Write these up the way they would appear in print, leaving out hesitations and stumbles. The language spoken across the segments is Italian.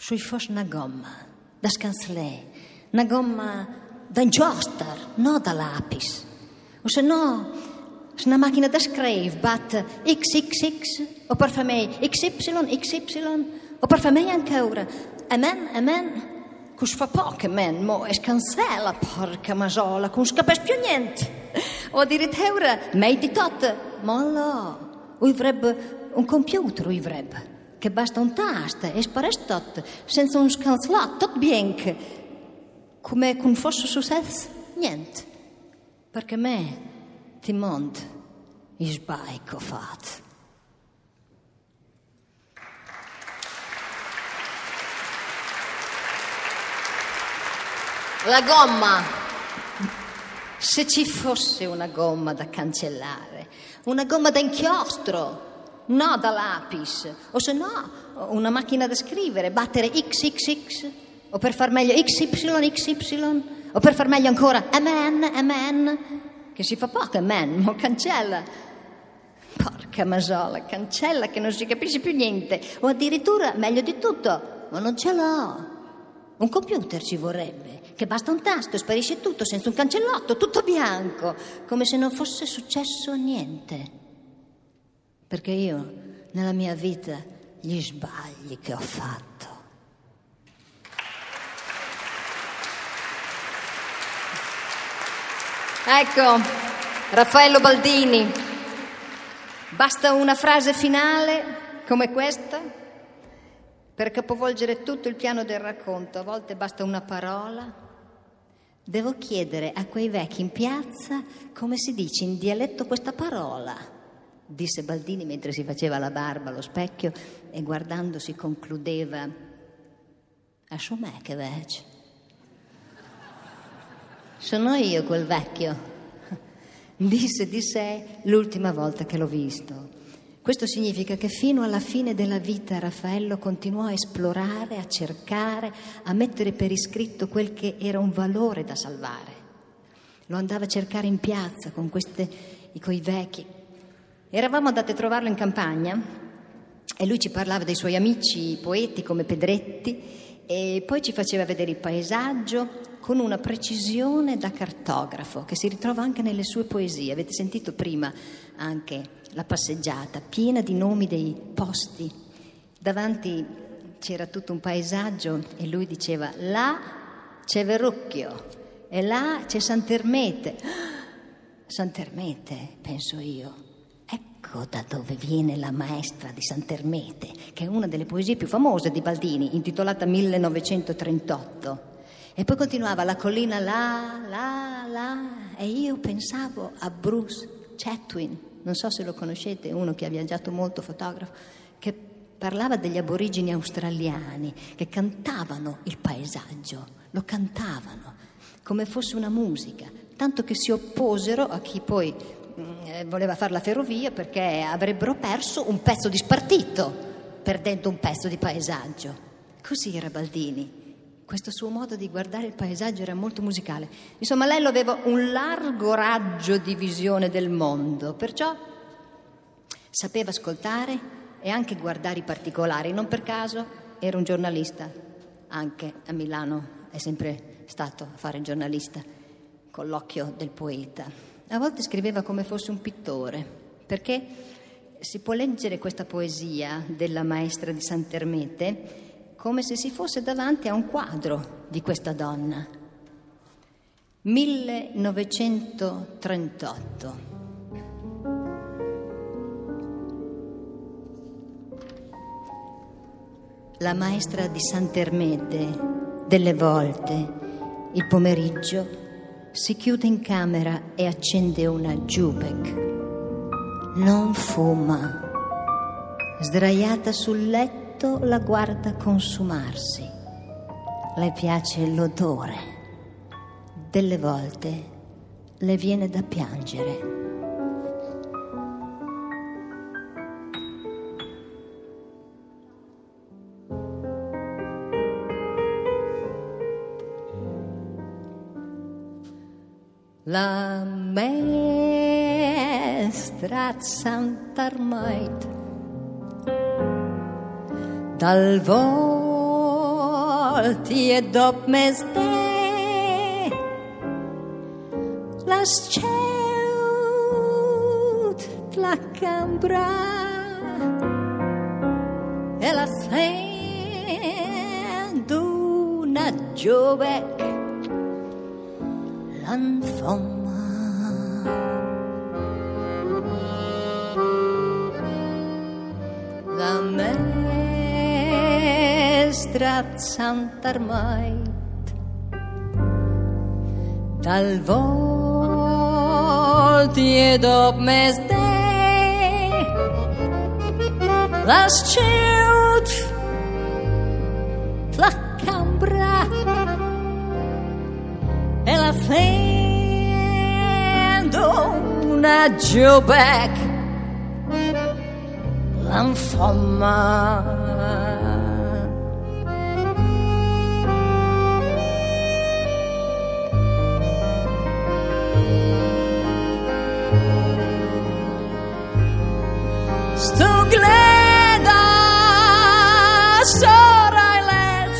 sui fos una gomma da scanslè, una gomma da inchiostro, no da lapis, o se no una macchina da scrivere bat XXX o per fare me XY o per fare me ancora amen cus fa poco amen mo è scansella porca masola cus capisce più niente o addirittura mai di tot ma no avrebbe un computer avrebbe che basta un tasto e spares tot senza un scanslato tot bianco come con fosse successo niente perché me ti mondo i sbaico fatto. La gomma, se ci fosse una gomma da cancellare, una gomma da inchiostro, no da lapis, o se no una macchina da scrivere, battere XXX, o per far meglio XY, o per far meglio ancora amen, che si fa poco amen, ma cancella. Porca masola, cancella che non si capisce più niente, o addirittura, meglio di tutto, ma non ce l'ho. Un computer ci vorrebbe, che basta un tasto, sparisce tutto senza un cancellotto, tutto bianco, come se non fosse successo niente. Perché io, nella mia vita, gli sbagli che ho fatto. Ecco, Raffaello Baldini, basta una frase finale come questa per capovolgere tutto il piano del racconto. A volte basta una parola. Devo chiedere a quei vecchi in piazza come si dice in dialetto questa parola, disse Baldini mentre si faceva la barba allo specchio e guardandosi concludeva: a me che vece. Sono io quel vecchio, disse di sé l'ultima volta che l'ho visto. Questo significa che fino alla fine della vita Raffaello continuò a esplorare, a cercare, a mettere per iscritto quel che era un valore da salvare. Lo andava a cercare in piazza con coi vecchi. Eravamo andati a trovarlo in campagna e lui ci parlava dei suoi amici poeti come Pedretti e poi ci faceva vedere il paesaggio con una precisione da cartografo che si ritrova anche nelle sue poesie. Avete sentito prima anche la passeggiata piena di nomi dei posti. Davanti c'era tutto un paesaggio e lui diceva: là c'è Verrucchio e là c'è Sant'Ermete. Sant'Ermete, penso io, ecco da dove viene la maestra di Sant'Ermete, che è una delle poesie più famose di Baldini, intitolata 1938. E poi continuava: la collina là, e io pensavo a Bruce Chatwin, non so se lo conoscete, uno che ha viaggiato molto, fotografo, che parlava degli aborigeni australiani che cantavano il paesaggio, lo cantavano come fosse una musica, tanto che si opposero a chi poi voleva fare la ferrovia perché avrebbero perso un pezzo di spartito perdendo un pezzo di paesaggio. Così era Baldini. Questo suo modo di guardare il paesaggio era molto musicale. Insomma, lei lo aveva un largo raggio di visione del mondo, perciò sapeva ascoltare e anche guardare i particolari. Non per caso era un giornalista, anche a Milano è sempre stato a fare il giornalista, con l'occhio del poeta. A volte scriveva come fosse un pittore, perché si può leggere questa poesia della maestra di Sant'Ermete come se si fosse davanti a un quadro di questa donna. 1938. La maestra di Sant'Ermete, delle volte, il pomeriggio, si chiude in camera e accende una Jubek. Non fuma. Sdraiata sul letto, la guarda consumarsi. Le piace l'odore. Delle volte le viene da piangere. La maestra Sant'Ermete dal volto volti e dop mes de las ceut la cambra e la sen d'una giovec l'anfoma la mestra Sant'Armait dal volti e dop mes de las ciut la cambra e la sendo una giovec l'anfoma sto gleda sorailet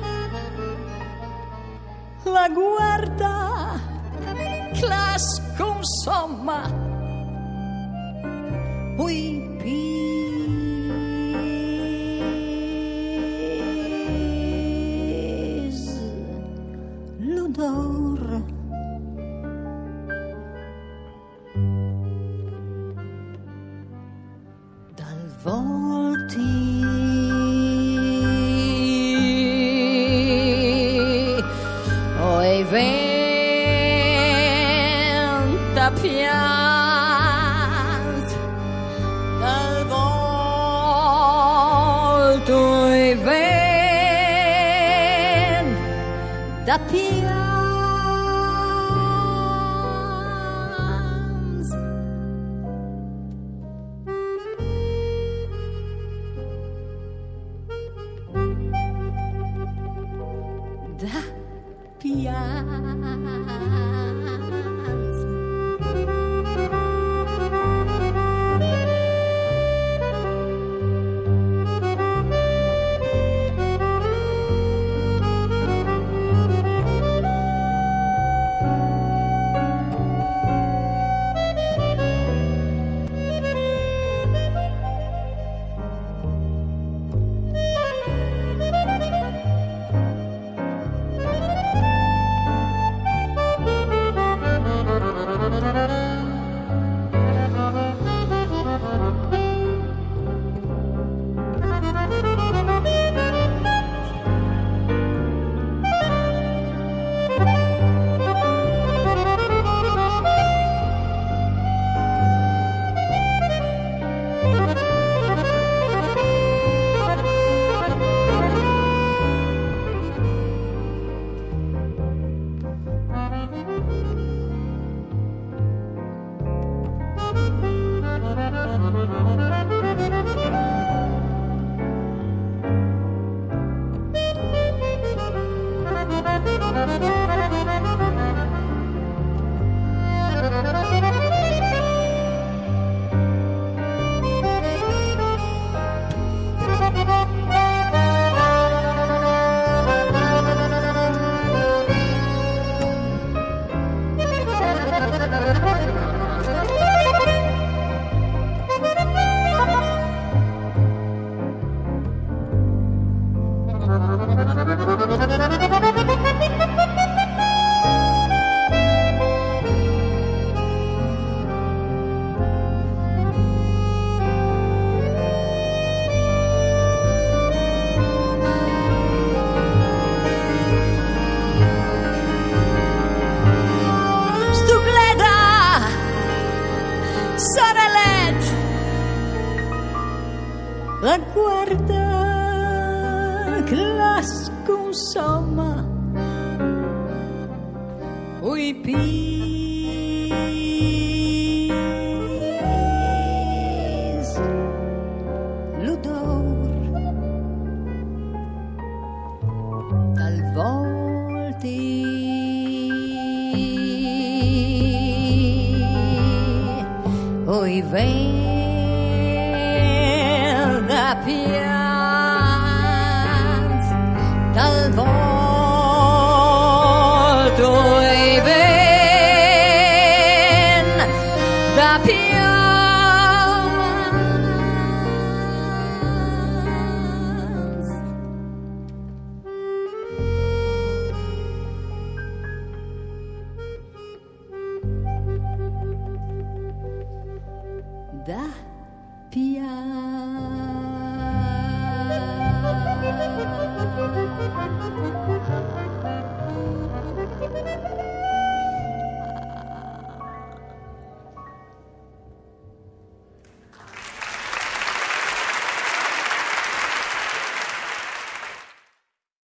la guarda clas consomma ui pis l'odor dal volti oi venta pians dal volto oi venta pians da pians la guarda clas consomma ui pis l'odor dal volti oi venda pians dal del volto e ven da da piano.